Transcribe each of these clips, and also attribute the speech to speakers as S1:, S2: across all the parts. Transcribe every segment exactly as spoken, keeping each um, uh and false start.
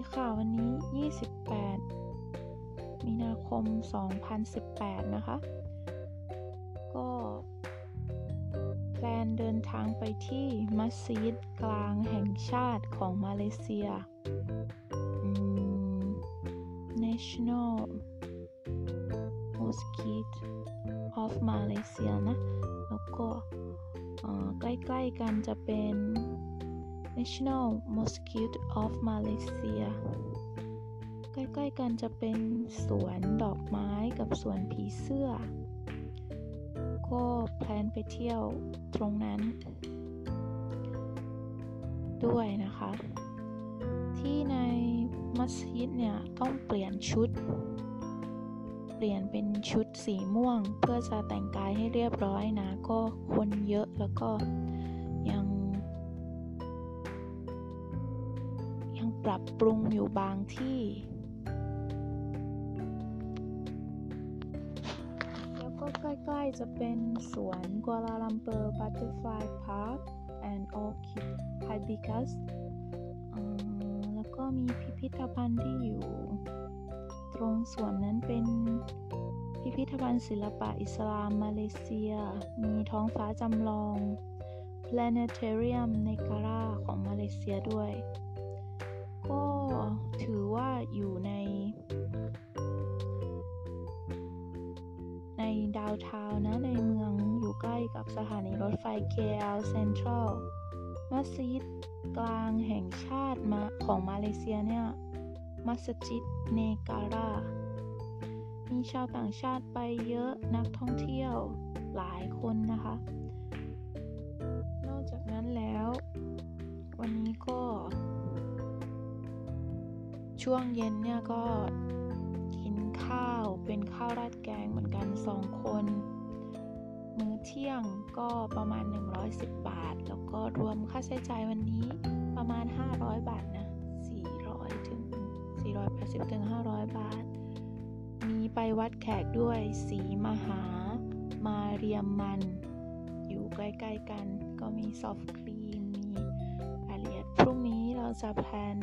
S1: ค่ะวันนี้ยี่สิบแปดมีนาคมสองพันสิบแปดนะคะก็แพลนเดินทางไปที่มัสยิดกลางแห่งชาติของมาเลเซีย National Mosque of Malaysia นะแล้วก็ใกล้ๆกันจะเป็น National Mosque of Malaysia ใกล้ๆกันจะเป็นสวนดอกไม้กับสวนผีเสื้อก็แพลนไปเที่ยวตรงนั้นด้วยนะคะที่ในมัสยิดเนี่ยต้องเปลี่ยนชุดเปลี่ยนเป็นชุดสีม่วงเพื่อจะแต่งกายให้เรียบร้อยนะก็คนเยอะแล้วก็ยังยังปรับปรุงอยู่บางที่แล้วก็ใกล้ๆจะเป็นสวนกัวลาลัมเปอร์บัตเตอร์ฟลายพาร์คแอนด์ออร์คิดไฮบิกัสแล้วก็มีพิพิธภัณฑ์ที่อยู่ตรงส่วนนั้นเป็นพิพิธภัณฑ์ศิลปะอิสลามมาเลเซียมีท้องฟ้าจำลอง Planetarium Negara ของมาเลเซียด้วยก็ถือว่าอยู่ในในดาวน์ทาวน์นะในเมืองอยู่ใกล้กับสถานีรถไฟ เค แอล Central มัสยิดกลางแห่งชาติมาของมาเลเซียเนี่ยมัสยิดเนการามีชาวต่างชาติไปเยอะนักท่องเที่ยวหลายคนนะคะนอกจากนั้นแล้ววันนี้ก็ช่วงเย็นเนี่ยก็กินข้าวเป็นข้าวราดแกงเหมือนกันสองคนมื้อเที่ยงก็ประมาณหนึ่งร้อยสิบบาทแล้วก็รวมค่าใช้จ่ายวันนี้ประมาณห้าร้อยบาทนะสี่ร้อยถึงสี่ร้อยแปดสิบถึงห้าร้อยบาทมีไปวัดแขกด้วยศรีมหามาเรียมมันอยู่ใกล้ๆกันก็มีซอฟต์ครีมมีรายละเอียดพรุ่งนี้เราจะแพลน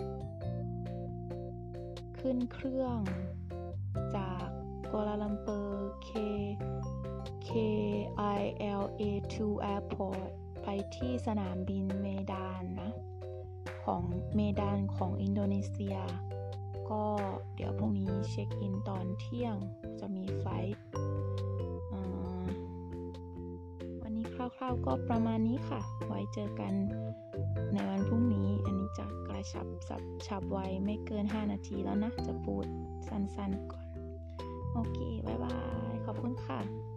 S1: ขึ้นเครื่องจากกัวลาลัมเปอร์ K เค ไอ แอล เอ ทู Airport ไปที่สนามบินเมดานนะของเมดานของอินโดนีเซียก็เดี๋ยวพรุ่งนี้เช็คอินตอนเที่ยงจะมีไฟล์วันนี้คร่าวๆก็ประมาณนี้ค่ะไว้เจอกันในวันพรุ่งนี้อันนี้จะกระชับสับฉับไวไม่เกินห้านาทีแล้วนะจะพูดสั้นๆก่อนโอเคบ๊ายบายขอบคุณค่ะ